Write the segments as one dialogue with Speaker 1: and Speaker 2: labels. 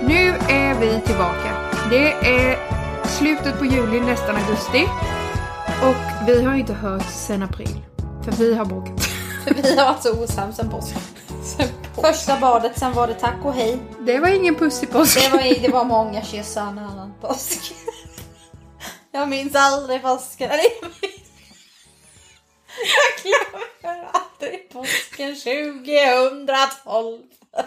Speaker 1: Nu är vi tillbaka. Det är slutet på juli, nästan augusti. Och vi har inte hört sen april. För vi har bråkat.
Speaker 2: För vi har varit så osams sen påsk. Första badet, sen var det tack och hej.
Speaker 1: Det var ingen puss i påsk.
Speaker 2: Det var många kyssar en annan påsk. Jag minns aldrig påsken. Jag glömmer aldrig påsken 2012.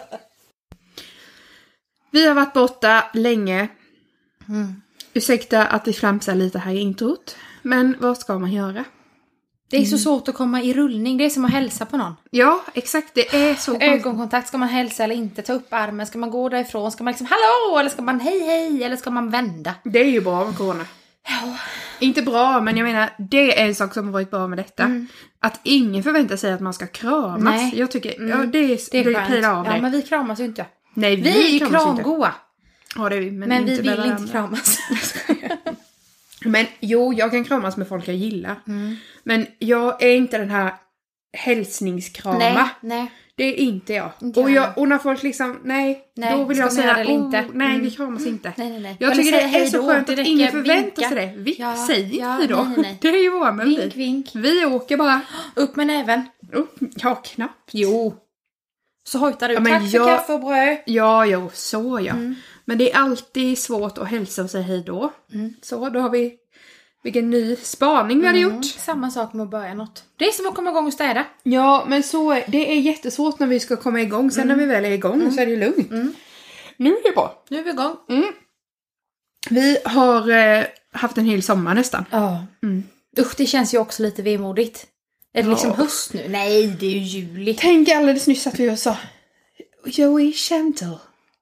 Speaker 1: Vi har varit borta länge. Ursäkta att vi flamsar lite här i introt. Men vad ska man göra?
Speaker 2: Det är så svårt att komma i rullning. Det är som att hälsa på någon.
Speaker 1: Ja, exakt. Det är så.
Speaker 2: Ögonkontakt. Ska man hälsa eller inte? Ta upp armen. Ska man gå därifrån? Ska man liksom hallå? Eller ska man hej? Eller ska man vända?
Speaker 1: Det är ju bra med corona.
Speaker 2: Ja.
Speaker 1: Inte bra, men jag menar, det är en sak som har varit bra med detta. Att ingen förväntar sig att man ska kramas.
Speaker 2: Nej.
Speaker 1: Jag tycker, ja, det är skönt. Av
Speaker 2: ja, men vi kramas ju inte.
Speaker 1: Nej,
Speaker 2: vi är ju kramgoa.
Speaker 1: Ja, det är vi.
Speaker 2: Men vi vill inte kramas.
Speaker 1: Men jo, jag kan kramas med folk jag gillar. Men jag är inte den här hälsningskrama.
Speaker 2: Nej.
Speaker 1: Det är inte jag.
Speaker 2: Inte
Speaker 1: och när folk liksom, då vill jag säga,
Speaker 2: inte.
Speaker 1: Nej, vi kramas inte.
Speaker 2: Nej.
Speaker 1: Jag tycker det är så skönt att ingen förväntar sig det. Säg hej då.
Speaker 2: Nej.
Speaker 1: Det är ju vår möjlighet.
Speaker 2: Vink.
Speaker 1: Vi åker bara.
Speaker 2: Upp med näven.
Speaker 1: Ja, knappt.
Speaker 2: Jo. Så hojtar du,
Speaker 1: ja,
Speaker 2: tack för kaffe och bröd.
Speaker 1: Ja, så ja. Men det är alltid svårt att hälsa och säga hej då. Så, då har vi vilken ny spaning vi hade gjort.
Speaker 2: Samma sak med att börja något. Det är som att komma igång och städa.
Speaker 1: Ja, men det är jättesvårt när vi ska komma igång. Sen när vi väl är igång så är det lugnt. Nu är det bra.
Speaker 2: Nu är vi igång.
Speaker 1: Vi har haft en hel sommar nästan.
Speaker 2: Ja. Usch, det känns ju också lite vemodigt. Är det liksom höst nu? Nej, det är ju juli.
Speaker 1: Tänk alldeles nyss att vi sa Joey Chantal.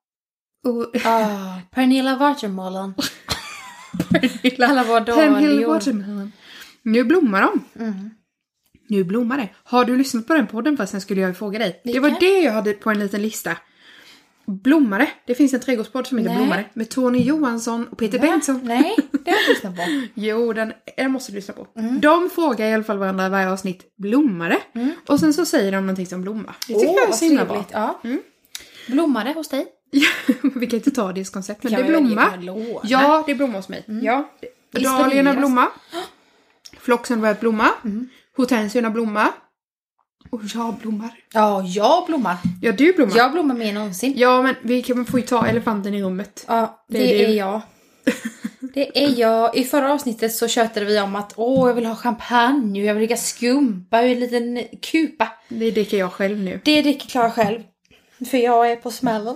Speaker 2: Pernilla Watermelon. Alla var
Speaker 1: Pernilla Watermelon. Nu blommar de. Nu blommar det. Har du lyssnat på den podden? Fast sen skulle jag fråga dig. Det var det jag hade på en liten lista. Blommare. Det finns en trädgårdspodd som heter Blommare. Med Tony Johansson och Peter Bengtsson.
Speaker 2: Nej, det har jag lyssnat på.
Speaker 1: Jo, den måste du lyssna på. De frågar i alla fall varandra varje avsnitt. Blommare. Och sen så säger de någonting som blommar. Det tycker jag är så himla bra.
Speaker 2: Ja. Blommare hos dig?
Speaker 1: Vi kan inte ta det koncept. Men det blommar. Ja, det blommar hos mig. Ja. Dahliorna blommar. Floxen börjar blomma. Hortensierna blommar. Och jag blommar. Ja, jag blommar. Ja, du blommar.
Speaker 2: Jag blommar mer än någonsin.
Speaker 1: Ja, men vi kan få ta elefanten i rummet.
Speaker 2: Ja, det är jag. Det är jag. I förra avsnittet så tjötade vi om att jag vill ha champagne och jag vill dricka skumpa och en liten kupa.
Speaker 1: Det dricker jag själv nu.
Speaker 2: Det dricker Klara själv. För jag är på smällen.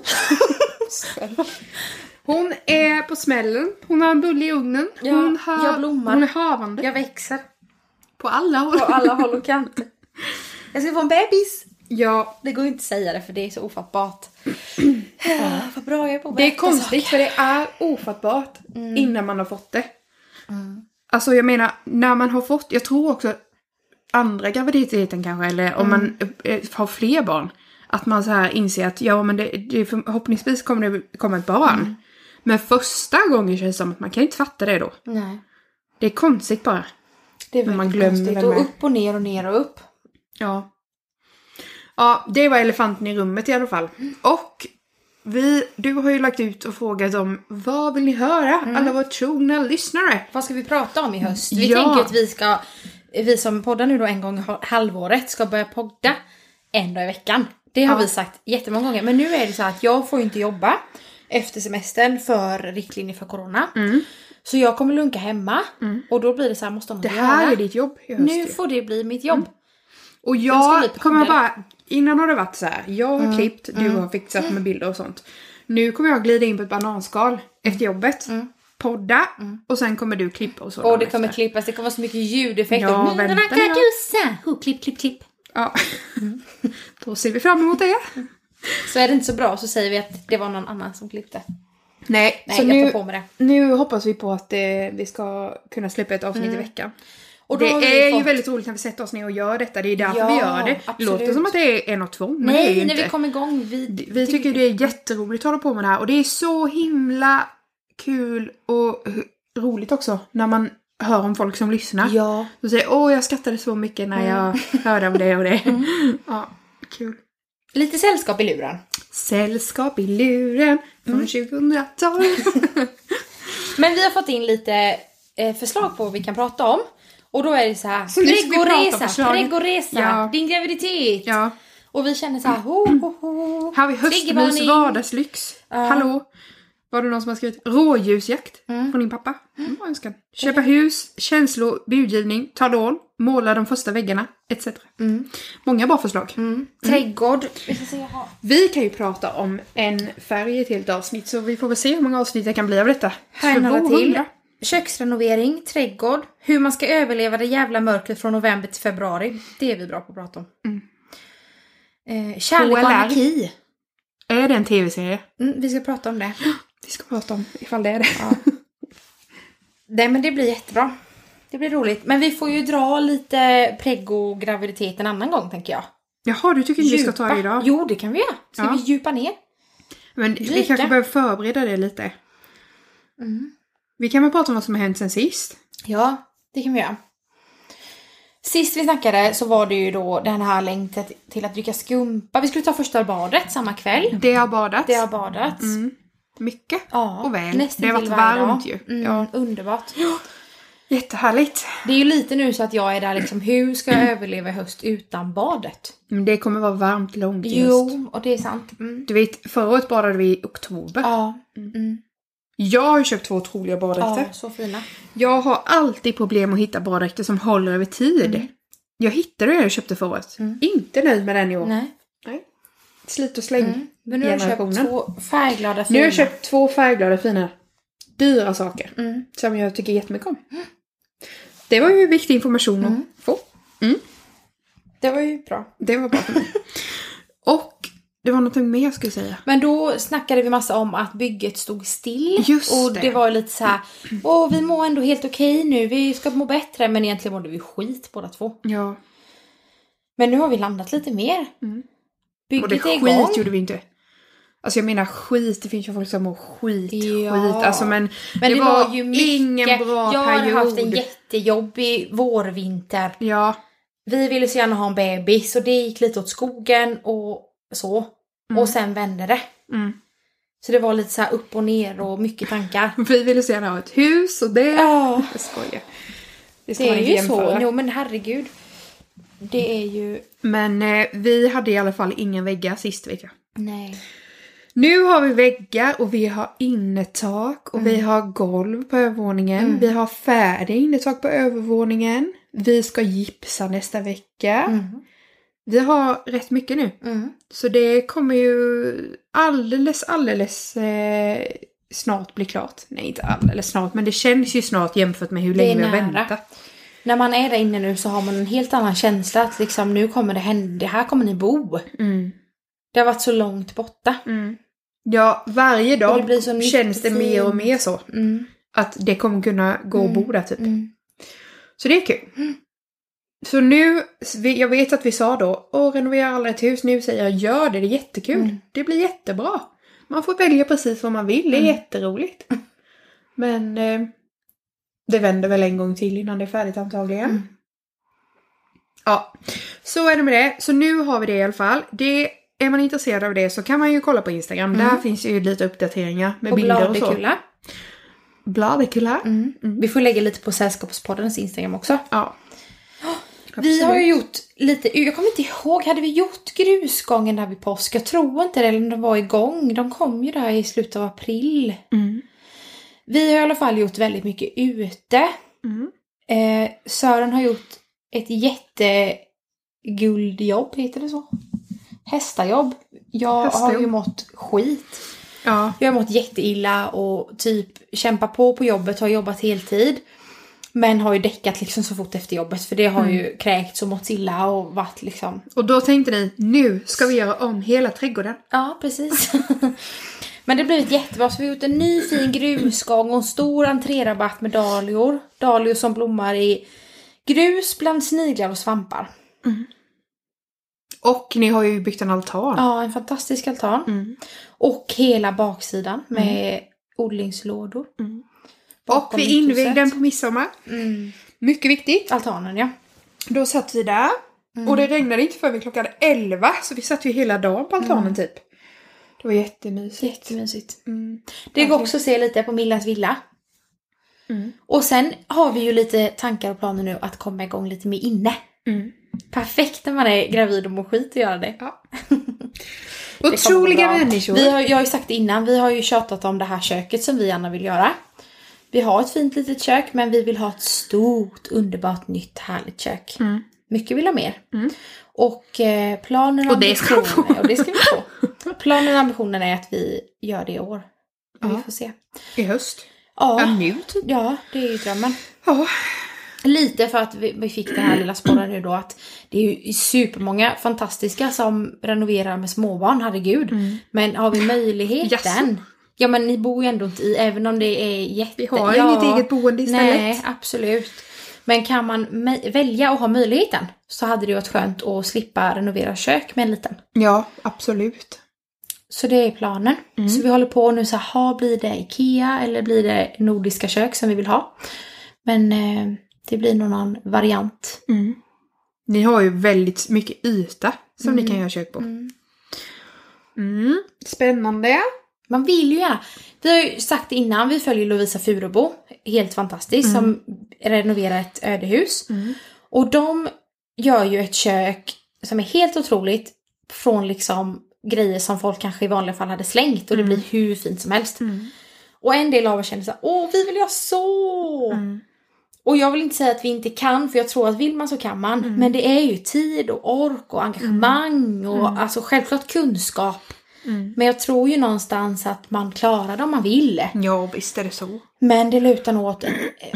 Speaker 1: Hon är på smällen. Hon har en bulle i ugnen.
Speaker 2: Jag blommar.
Speaker 1: Hon är havande.
Speaker 2: Jag växer.
Speaker 1: På alla håll.
Speaker 2: På alla håll och kanter. Jag ska få en bebis.
Speaker 1: Ja.
Speaker 2: Det går inte att säga det för det är så ofattbart. Vad bra jag är på att
Speaker 1: det är konstigt för det är ofattbart innan man har fått det. Alltså jag menar, när man har fått, jag tror också andra graviditeten kanske, eller om man har fler barn, att man så här inser att men det förhoppningsvis kommer det komma ett barn. Men första gången känns det som att man kan inte fatta det då.
Speaker 2: Nej.
Speaker 1: Det är konstigt bara.
Speaker 2: Det är väldigt
Speaker 1: man glömmer
Speaker 2: konstigt. Och upp och ner och ner och upp.
Speaker 1: Ja. Ja, det var elefanten i rummet i alla fall. Och du har ju lagt ut och frågat om vad vill ni höra? Alla våra trogna lyssnare.
Speaker 2: Vad ska vi prata om i höst? Vi tänker att vi som poddar nu då en gång halvåret ska börja podda en dag i veckan. Det har vi sagt jättemånga gånger. Men nu är det så att jag får inte jobba efter semestern för riktlinjer för corona. Så jag kommer lunka hemma. Och då blir det så här, måste
Speaker 1: det här är ditt jobb i höst.
Speaker 2: Nu får det bli mitt jobb.
Speaker 1: Och jag kommer bara, innan har det varit så här, jag har klippt, du har fixat med bilder och sånt. Nu kommer jag glida in på ett bananskal efter jobbet, podda, och sen kommer du klippa och så.
Speaker 2: Och det kommer klippas, det kommer vara så mycket ljudeffekter.
Speaker 1: Ja, vänta.
Speaker 2: Klipp.
Speaker 1: Ja, då ser vi fram emot det.
Speaker 2: Så är det inte så bra så säger vi att det var någon annan som klippte.
Speaker 1: Nej, så
Speaker 2: jag tar på med det.
Speaker 1: Nu hoppas vi på att vi ska kunna släppa ett avsnitt i veckan. Och det är ju väldigt roligt när vi sätter oss ner och gör detta. Det är därför vi gör det. Absolut. Det låter som att det är något tvång. Men
Speaker 2: nej,
Speaker 1: det är
Speaker 2: när
Speaker 1: inte.
Speaker 2: Vi kommer igång.
Speaker 1: Vi tycker det är jätteroligt att hålla på med det här. Och det är så himla kul och roligt också när man hör om folk som lyssnar.
Speaker 2: Ja.
Speaker 1: Och säger, jag skrattade så mycket när jag hörde om det och det. Ja, kul.
Speaker 2: Lite sällskap i luren.
Speaker 1: Sällskap i luren från 2012.
Speaker 2: Men vi har fått in lite förslag på vad vi kan prata om. Och då är det så här, trädgårdresa, din graviditet.
Speaker 1: Ja.
Speaker 2: Och vi känner så här,
Speaker 1: Här har vi höstmys vardagslyx. Hallå? Var det någon som har skrivit rådjursjakt från din pappa? Vad önskan. Köpa hus, känslor, budgivning, ta lån, måla de första väggarna, etc. Många bra förslag.
Speaker 2: Trädgård.
Speaker 1: Vi kan ju prata om en färg i ett helt avsnitt, så vi får väl se hur många avsnitt det kan bli av detta.
Speaker 2: Här är några till. Köksrenovering, trädgård, hur man ska överleva det jävla mörkret från november till februari. Det är vi bra på att prata om. Kärlek och anarki.
Speaker 1: Är det en tv-serie?
Speaker 2: Vi ska prata om det.
Speaker 1: Vi ska prata om ifall det är det.
Speaker 2: Ja. Nej, men det blir jättebra. Det blir roligt. Men vi får ju dra lite preggo-graviditet en annan gång, tänker jag.
Speaker 1: Jaha, du tycker inte vi ska ta det idag?
Speaker 2: Jo, det kan vi göra. Ska vi djupa ner?
Speaker 1: Men vi kanske behöver förbereda det lite. Vi kan väl prata om vad som har hänt sen sist.
Speaker 2: Ja, det kan vi göra. Sist vi snackade så var det ju då den här längtan till att dricka skumpa. Vi skulle ta första badet samma kväll.
Speaker 1: Det har badats. Mycket och väl. Det har varit varmt ju.
Speaker 2: Underbart.
Speaker 1: Jättehärligt.
Speaker 2: Det är ju lite nu så att jag är där liksom, hur ska jag överleva höst utan badet?
Speaker 1: Det kommer vara varmt långt i höst.
Speaker 2: Jo, och det är sant.
Speaker 1: Du vet, förra året badade vi i oktober.
Speaker 2: Ja.
Speaker 1: Jag har ju köpt 2 otroliga baddräkter.
Speaker 2: Ja, så fina.
Speaker 1: Jag har alltid problem att hitta baddräkter som håller över tid. Jag hittade det jag köpte förra året. Inte nöjd med den i år.
Speaker 2: Nej.
Speaker 1: Slit och släng.
Speaker 2: Men nu har jag köpt 2 färgglada fina.
Speaker 1: Nu har jag köpt 2 färgglada fina dyra saker. Som jag tycker jättemycket om. Det var ju viktig information att få.
Speaker 2: Det var ju bra.
Speaker 1: Det var bra för mig. Och det var något mer jag skulle säga.
Speaker 2: Men då snackade vi massa om att bygget stod still.
Speaker 1: Just
Speaker 2: och det var lite så här, vi mår ändå helt okej nu. Vi ska må bättre, men egentligen mådde vi skit båda två.
Speaker 1: Ja.
Speaker 2: Men nu har vi landat lite mer. Bygget
Speaker 1: och det
Speaker 2: är igång.
Speaker 1: Skit gjorde vi inte. Alltså jag menar skit, det finns ju folk som mår skit. Alltså men det var ju ingen bra
Speaker 2: jag
Speaker 1: period.
Speaker 2: Jag har haft en jättejobbig vårvinter.
Speaker 1: Ja.
Speaker 2: Vi ville så gärna ha en bebis, så det gick lite åt skogen och så. Och sen vände det. Så det var lite så här upp och ner och mycket tankar.
Speaker 1: Vi ville så gärna ha ett hus och det. Jag skojar.
Speaker 2: Det är ju så. Jo, men herregud. Det är ju...
Speaker 1: Men vi hade i alla fall ingen väggar sist vecka.
Speaker 2: Nej.
Speaker 1: Nu har vi väggar och vi har innertak och vi har golv på övervåningen. Vi har färdig innertak på övervåningen. Vi ska gipsa nästa vecka. Vi har rätt mycket nu. Så det kommer ju alldeles snart bli klart. Nej, inte alldeles snart, men det känns ju snart jämfört med hur länge vi har väntat.
Speaker 2: När man är där inne nu så har man en helt annan känsla att liksom, nu kommer det hända, det här kommer ni bo. Det har varit så långt borta.
Speaker 1: Ja, varje dag
Speaker 2: det så
Speaker 1: känns det mer och mer så. Att det kommer kunna gå och bo där typ. Så det är kul. Så nu, jag vet att vi sa då, renovera alla ett hus. Nu säger jag, gör det är jättekul. Det blir jättebra. Man får välja precis vad man vill, det är jätteroligt. Men det vänder väl en gång till innan det är färdigt antagligen. Ja, så är det med det. Så nu har vi det i alla fall. Är man intresserad av det så kan man ju kolla på Instagram. Där finns ju lite uppdateringar med och bilder och så. Bladekulla.
Speaker 2: Vi får lägga lite på Sällskapspoddens Instagram också.
Speaker 1: Ja.
Speaker 2: Vi har ju gjort lite, jag kommer inte ihåg, hade vi gjort grusgången där vid påsk? Jag tror inte det, eller de var igång. De kom ju där i slutet av april. Vi har i alla fall gjort väldigt mycket ute. Sören har gjort ett jätteguldjobb, heter det så? Hästajobb. Jag har ju mått skit.
Speaker 1: Ja.
Speaker 2: Jag har mått jätteilla och typ kämpa på jobbet, har jobbat heltid. Men har ju däckat liksom så fort efter jobbet. För det har ju kräkts och mått illa och varit liksom...
Speaker 1: Och då tänkte ni, nu ska vi göra om hela trädgården.
Speaker 2: Ja, precis. Men det har blivit jättebra. Så vi har gjort en ny fin grusgång och en stor entrérabatt med dahlior. Dahlior som blommar i grus bland sniglar och svampar.
Speaker 1: Och ni har ju byggt en altan.
Speaker 2: Ja, en fantastisk altan. Och hela baksidan med odlingslådor.
Speaker 1: Och vi invigde den på midsommar. Mycket viktigt.
Speaker 2: Altanen, ja.
Speaker 1: Då satt vi där. Och det regnade inte förrän vi klockan 11. Så vi satt ju hela dagen på altanen typ. Det var jättemysigt.
Speaker 2: Jättemysigt. Det går också att se lite på Millas villa. Och sen har vi ju lite tankar och planer nu att komma igång lite mer inne. Perfekt när man är gravid och mår skit att göra det.
Speaker 1: Ja. Otroliga människor.
Speaker 2: Jag har ju sagt det innan, vi har ju tjatat om det här köket som vi gärna vill göra. Vi har ett fint litet kök, men vi vill ha ett stort, underbart, nytt, härligt kök. Mycket vill ha mer. Och planen och ambitionen, planen och ambitionen är att vi gör det i år. Vi får se.
Speaker 1: I höst?
Speaker 2: Ja,
Speaker 1: nu typ.
Speaker 2: Ja, det är ju drömmen.
Speaker 1: Ja.
Speaker 2: Lite för att vi fick den här lilla spåren nu då, att det är ju supermånga fantastiska som renoverar med småbarn, herregud. Men har vi möjligheten? Ja, men ni bor ju ändå inte i, även om det är
Speaker 1: Vi har inget eget boende istället.
Speaker 2: Nej, absolut. Men kan man välja och ha möjligheten, så hade det varit skönt att slippa renovera kök med en liten.
Speaker 1: Ja, absolut.
Speaker 2: Så det är planen. Så vi håller på nu så här, blir det Ikea eller blir det nordiska kök som vi vill ha? Men det blir någon annan variant.
Speaker 1: Ni har ju väldigt mycket yta som ni kan göra kök på. Spännande.
Speaker 2: Man vill ju gärna. Vi har ju sagt innan, vi följer Lovisa Furubo. Helt fantastiskt. Som renoverar ett ödehus. Och de gör ju ett kök som är helt otroligt. Från liksom grejer som folk kanske i vanliga fall hade slängt. Och det blir hur fint som helst. Och en del av oss känner så här, åh, vi vill göra så. Och jag vill inte säga att vi inte kan, för jag tror att vill man så kan man. Men det är ju tid och ork och engagemang och alltså självklart kunskap. Men jag tror ju någonstans att man klarar det om man vill.
Speaker 1: Ja, visst är det så.
Speaker 2: Men det lutar nog åt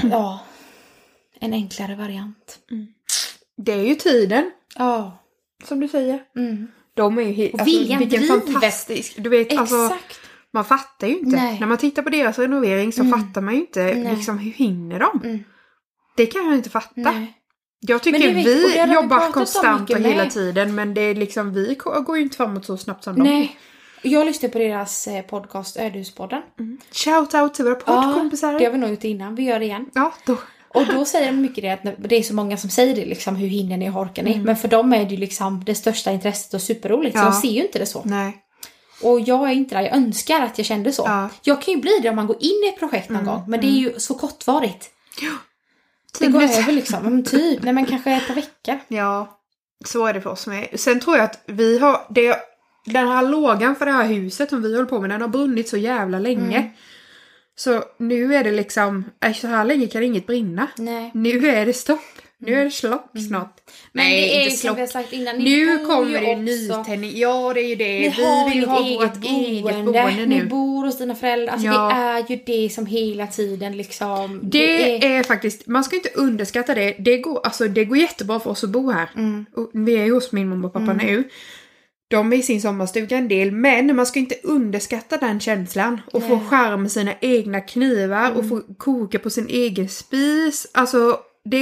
Speaker 2: en enklare variant.
Speaker 1: Det är ju tiden.
Speaker 2: Ja.
Speaker 1: Som du säger. De är ju helt,
Speaker 2: alltså,
Speaker 1: vilken fantastisk. Du vet,
Speaker 2: exakt.
Speaker 1: Alltså, man fattar ju inte.
Speaker 2: Nej.
Speaker 1: När man tittar på deras renovering så fattar man ju inte liksom, hur hinner de. Det kan jag inte fatta. Nej. Jag tycker vi jobbar konstant och hela tiden, men det är liksom, vi går ju inte framåt så snabbt som de.
Speaker 2: Jag lyssnade på deras podcast Ödehuspodden.
Speaker 1: Shout out till våra poddkompisar.
Speaker 2: Det har vi nog gjort innan, vi gör det igen.
Speaker 1: Ja, då.
Speaker 2: Och då säger de mycket det, att det är så många som säger det liksom, hur hinner ni och orkar ni. Men för dem är det liksom det största intresset och superroligt, så de ser ju inte det så.
Speaker 1: Nej.
Speaker 2: Och jag är inte där, jag önskar att jag kände så. Jag kan ju bli det om man går in i ett projekt någon gång, men det är ju så kortvarigt.
Speaker 1: Ja.
Speaker 2: Det går över liksom, men typ, nej men kanske ett par veckor.
Speaker 1: Ja, så är det för oss med. Sen tror jag att vi har, den här lågan för det här huset som vi håller på med, den har brunnit så jävla länge. Så nu är det liksom, så här länge kan inget brinna. Nej. Nu är det stopp. Nu är det slock snart.
Speaker 2: Men nej, det är inte som vi har sagt innan.
Speaker 1: Nu kommer det nytändning. Ja, det är ju det. Vi vill ha vårt eget boende nu.
Speaker 2: Ni bor hos dina föräldrar. Alltså det är ju det som hela tiden liksom.
Speaker 1: Det är faktiskt, man ska inte underskatta det. Det går jättebra för oss att bo här. Och vi är ju hos min mamma och pappa nu. De är i sin sommarstuga en del, men man ska inte underskatta den känslan. Och få skär med sina egna knivar och få koka på sin egen spis. Alltså,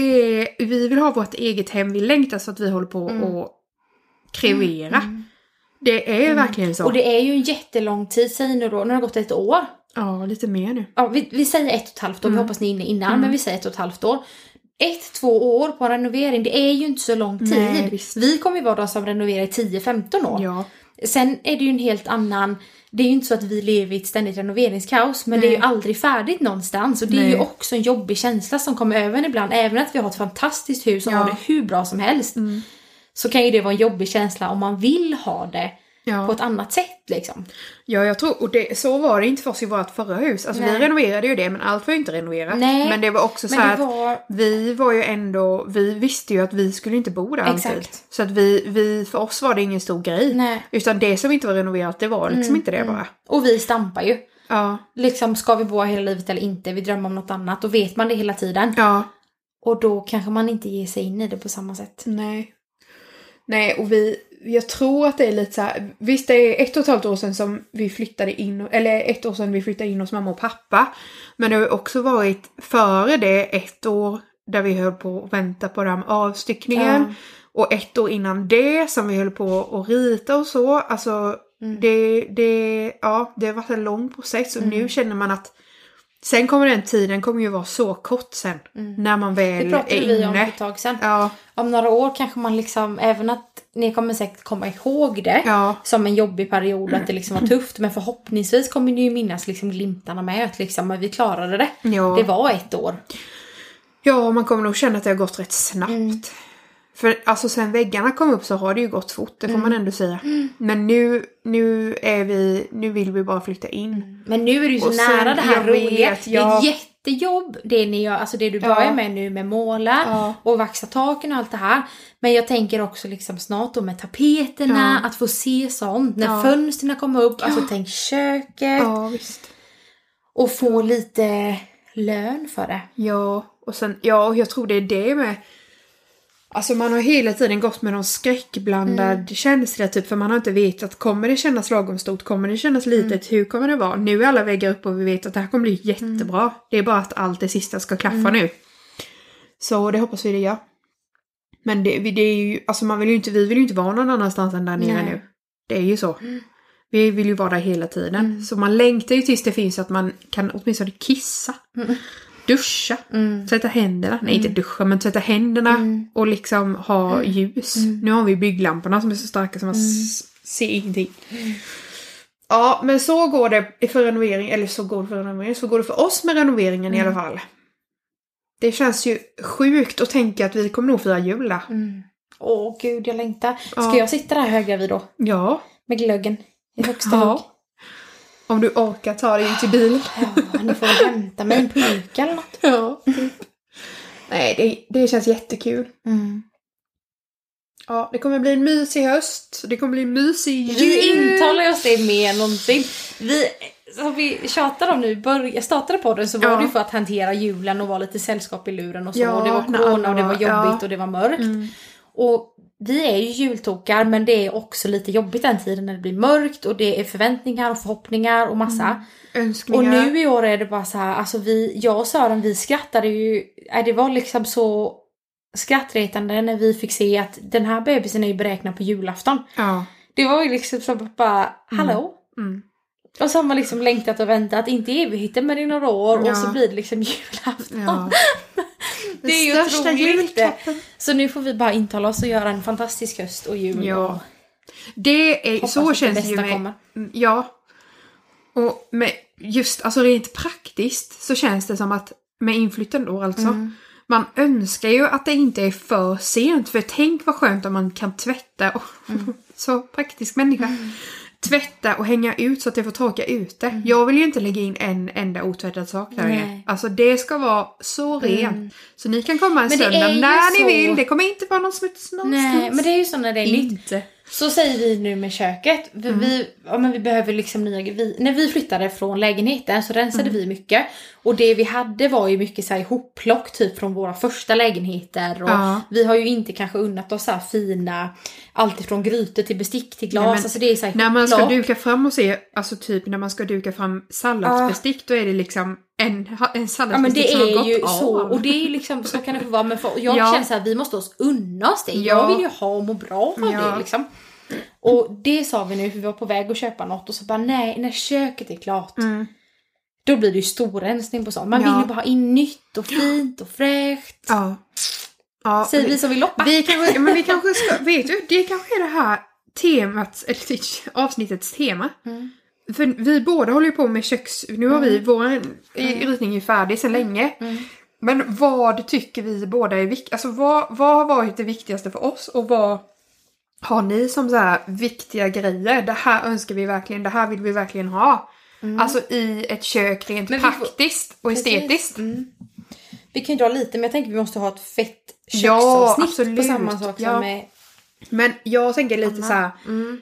Speaker 1: vi vill ha vårt eget hem. Vi längtar så att vi håller på att krevera. Det är verkligen så.
Speaker 2: Och det är ju en jättelång tid, säg nu då. Nu har det gått 1 år.
Speaker 1: Ja, lite mer nu.
Speaker 2: Ja, vi säger 1,5 år. Vi hoppas ni är inne innan, men vi säger 1,5 år. 1-2 år på renovering, det är ju inte så lång tid. Nej, vi kommer ju vara de som renoverar i 10-15 år. Ja. Sen är det ju en helt annan. Det är ju inte så att vi lever i ett ständigt renoveringskaos, men det är ju aldrig färdigt någonstans. Och det är ju också en jobbig känsla som kommer över ibland. Även att vi har ett fantastiskt hus och har det hur bra som helst. Så kan ju det vara en jobbig känsla om man vill ha det på ett annat sätt liksom. Ja,
Speaker 1: jag tror, och så var det inte för oss i vårt förra hus. Alltså vi renoverade ju det, men allt var ju inte renoverat. Nej. Men det var också så här att vi var ju ändå, vi visste ju att vi skulle inte bo där alltid. Så att vi för oss var det ingen stor grej. Nej. Utan det som inte var renoverat, det var liksom inte det bara.
Speaker 2: Och vi stampar ju. Ja. Liksom, ska vi bo hela livet eller inte? Vi drömmer om något annat. Och vet man det hela tiden. Ja. Och då kanske man inte ger sig in i det på samma sätt.
Speaker 1: Nej, och jag tror att det är lite så här, visst det är 1,5 år sedan som vi flyttade in, eller 1 år sedan vi flyttade in hos mamma och pappa, men det har också varit före det 1 år där vi höll på att vänta på den avstyckningen, och 1 år innan det som vi höll på att rita och så, alltså det har varit en lång process, och nu känner man att Sen kommer den tiden kommer ju vara så kort sen. När man väl är inne. Det pratade vi om
Speaker 2: för ett tag sedan.
Speaker 1: Ja.
Speaker 2: Om några år kanske man liksom, även att ni kommer säkert komma ihåg det som en jobbig period, att det liksom var tufft. Men förhoppningsvis kommer ni ju minnas liksom glimtarna med att liksom, vi klarade det. Ja. Det var 1 år.
Speaker 1: Ja, man kommer nog känna att det har gått rätt snabbt. För alltså sen väggarna kom upp så har det ju gått fort, det får man ändå säga. Men nu vill vi bara flytta in.
Speaker 2: Men nu är det ju så nära det här roliga. Det är ett jättejobb det ni gör, alltså det du börjar med nu med måla och vaxa taken och allt det här. Men jag tänker också liksom snart då med tapeterna, att få se sånt. När fönsterna kommer upp, alltså tänk köket.
Speaker 1: Ja, visst.
Speaker 2: Och få lite lön för det.
Speaker 1: Ja, och sen, jag tror det är det med. Alltså man har hela tiden gått med någon skräckblandad känsla typ, för man har inte vetat, kommer det kännas lagom stort, kommer det kännas litet, hur kommer det vara? Nu är alla väggar upp och vi vet att det här kommer bli jättebra. Det är bara att allt det sista ska klaffa nu. Så det hoppas vi det gör. Men det är ju, alltså vi vill ju inte vara någon annanstans än där nere nu. Det är ju så. Vi vill ju vara där hela tiden. Så man längtar ju tills det finns att man kan åtminstone kissa. Duscha, tvätta händerna. Nej, inte duscha, men tvätta händerna och liksom ha ljus. Nu har vi bygglamporna som är så starka som man ser ingenting. Ja, men så går det för renovering, eller så går det för oss med renoveringen i alla fall. Det känns ju sjukt att tänka att vi kommer nog fira jul där.
Speaker 2: Åh gud, jag längtar. Ska jag sitta där högra vid då?
Speaker 1: Ja.
Speaker 2: Med glöggen i högsta hugg.
Speaker 1: Om du orkar ta dig till bil.
Speaker 2: Ja, ni får hämta mig en pulka eller något.
Speaker 1: Ja. Nej, det känns jättekul. Ja, det kommer bli en mysig höst. Det kommer bli en mysig jul.
Speaker 2: Vi intalar oss det mer än någonsin. Vi tjatade om nu. Jag startade på den så var det ju för att hantera julen och vara lite sällskap i luren och så. Och det var corona och det var jobbigt och det var mörkt. Och vi är ju jultokar, men det är också lite jobbigt den tiden när det blir mörkt och det är förväntningar och förhoppningar och massa.
Speaker 1: Önskningar.
Speaker 2: Och nu i år är det bara så här, alltså jag och Sören, vi skrattade ju, det var liksom så skrattretande när vi fick se att den här bebisen är ju beräknad på julafton. Ja. Det var ju liksom så bara, hallå? Och så har man liksom längtat och väntat, inte evigheten men i några år och så blir det liksom julafton. Ja. Det är ju otroligt. Så nu får vi bara intala oss och göra en fantastisk höst och jul.
Speaker 1: Ja. Det är så känns det ju med. Ja. Och med just alltså rent praktiskt så känns det som att med inflytten då alltså. Man önskar ju att det inte är för sent, för tänk vad skönt om man kan tvätta och så praktisk människa. Tvätta och hänga ut så att det får torka ute. Jag vill ju inte lägga in en enda otvättad sak där inne. Alltså det ska vara så rent. Så ni kan komma en söndag när ni vill. Det kommer inte vara någon smuts någonstans.
Speaker 2: Nej, men det är ju så när det är nytt. Så säger vi nu med köket. Vi behöver liksom när vi flyttade från lägenheten så rensade vi mycket. Och det vi hade var ju mycket så här ihopplock typ från våra första lägenheter. Och vi har ju inte kanske unnat oss så här fina, allt ifrån grytor till bestick till glas. Nej, alltså det är så här
Speaker 1: när man ska duka fram och se, alltså typ när man ska duka fram salladsbestick då är det liksom en salladsbestick som har gått av. Ja, men det är ju så. Och det är ju liksom, så kan det få vara. Men jag känner så här, vi måste unna oss det. Jag vill ju ha och må bra av det liksom. Och det sa vi nu, för vi var på väg att köpa något och så bara nej, när köket är klart då blir det ju stor rensning på sånt. Man vill ju bara ha in nytt och fint och fräscht. Ja. Säger vi som vill loppa. Vi kanske ska, vet du, det kanske är det här temat, eller avsnittets tema. För vi båda håller ju på med nu har vi vår ritning är färdig så länge. Men vad tycker vi båda är viktigt? Alltså vad har varit det viktigaste för oss och vad har ni som så här viktiga grejer? Det här önskar vi verkligen, det här vill vi verkligen ha. Alltså i ett kök rent praktiskt och estetiskt.
Speaker 2: Vi kan ju dra lite, men jag tänker vi måste ha ett fett köksavsnitt på samma sak som med.
Speaker 1: Men jag tänker lite så här.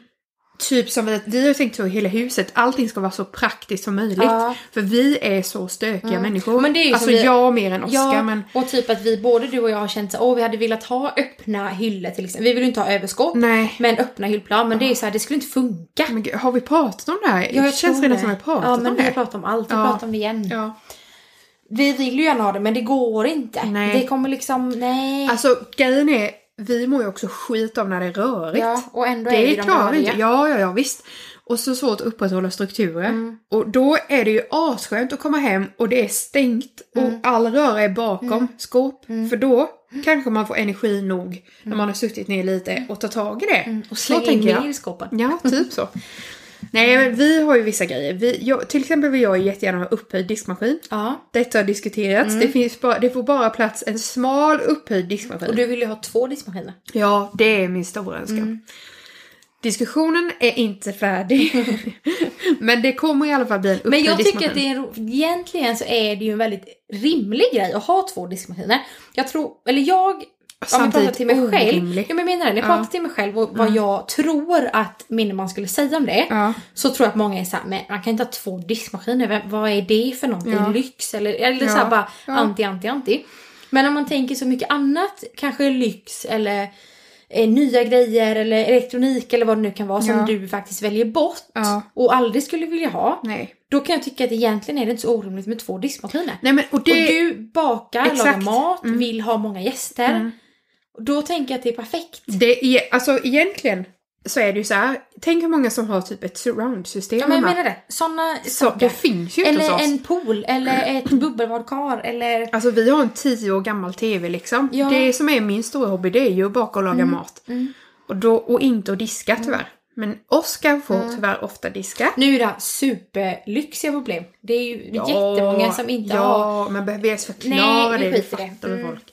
Speaker 1: Typ som vi har tänkt så i hela huset. Allting ska vara så praktiskt som möjligt. För vi är så stökiga människor. Men det är ju alltså jag mer än Oskar. Ja, men
Speaker 2: och typ att både du och jag har känt så vi hade velat ha öppna hyllor till exempel. Vi vill ju inte ha överskott. Nej. Men öppna hyllplan. Men det är ju så här, det skulle inte funka. Men
Speaker 1: har vi pratat om det här? Jag känns redan som vi har pratat om det.
Speaker 2: Ja, men vi har pratat om allt. Vi pratar om det igen. Ja. Vi vill ju gärna ha det, men det går inte. Nej. Det kommer liksom, nej.
Speaker 1: Alltså grejen är, vi mår ju också skit av när det är rörigt.
Speaker 2: Ja, och ändå är vi de röriga.
Speaker 1: Ja, visst. Och så svårt att upprätthålla strukturer. Och då är det ju asskönt att komma hem och det är stängt. Och all röra är bakom skåp. För då kanske man får energi nog när man har suttit ner lite och tar tag i det.
Speaker 2: Och slänga in mer i skåpen.
Speaker 1: Ja, typ så. Nej, men vi har ju vissa grejer. Till exempel vill jag jättegärna ha upphöjd diskmaskin.
Speaker 2: Ja.
Speaker 1: Detta har diskuterats. Det får bara plats en smal upphöjd diskmaskin.
Speaker 2: Och du vill ju ha 2 diskmaskiner.
Speaker 1: Ja, det är min stora önskan. Diskussionen är inte färdig. Men det kommer i alla fall bli en upphöjd
Speaker 2: diskmaskin. Men jag
Speaker 1: diskmaskin.
Speaker 2: tycker att egentligen så är det ju en väldigt rimlig grej att ha 2 diskmaskiner. Jag tror, eller jag... Om jag pratar till mig själv. Ja, men jag menar det. När jag pratar till mig själv och vad jag tror att min man skulle säga om det.
Speaker 1: Ja.
Speaker 2: Så tror jag att många är såhär, men man kan inte ha 2 diskmaskiner. Vad är det för någonting?
Speaker 1: Ja.
Speaker 2: Lyx? Eller såhär bara anti. Men om man tänker så mycket annat. Kanske lyx eller nya grejer. Eller elektronik eller vad det nu kan vara. Som du faktiskt väljer bort.
Speaker 1: Ja.
Speaker 2: Och aldrig skulle vilja ha.
Speaker 1: Nej.
Speaker 2: Då kan jag tycka att egentligen är det inte så orimligt med 2 diskmaskiner.
Speaker 1: Nej, men, och
Speaker 2: du bakar,
Speaker 1: Exakt.
Speaker 2: lagar mat, vill ha många gäster. Då tänker jag att det är perfekt.
Speaker 1: Det är, alltså egentligen så är det ju så här. Tänk hur många som har typ ett surround-system.
Speaker 2: Ja, men jag menar det. Så
Speaker 1: det finns ju inte
Speaker 2: eller
Speaker 1: hos oss.
Speaker 2: en pool, eller ett bubbelbadkar, eller...
Speaker 1: Alltså vi har en 10 år gammal tv liksom.
Speaker 2: Ja.
Speaker 1: Det som är min stora hobby, det är ju att baka och laga mat. Och inte att diska tyvärr. Men Oskar får tyvärr ofta diska.
Speaker 2: Nu är det superlyxiga problem. Det är ju jättemånga som inte har...
Speaker 1: Ja, man behöver ens förklara det. Fattar med folk.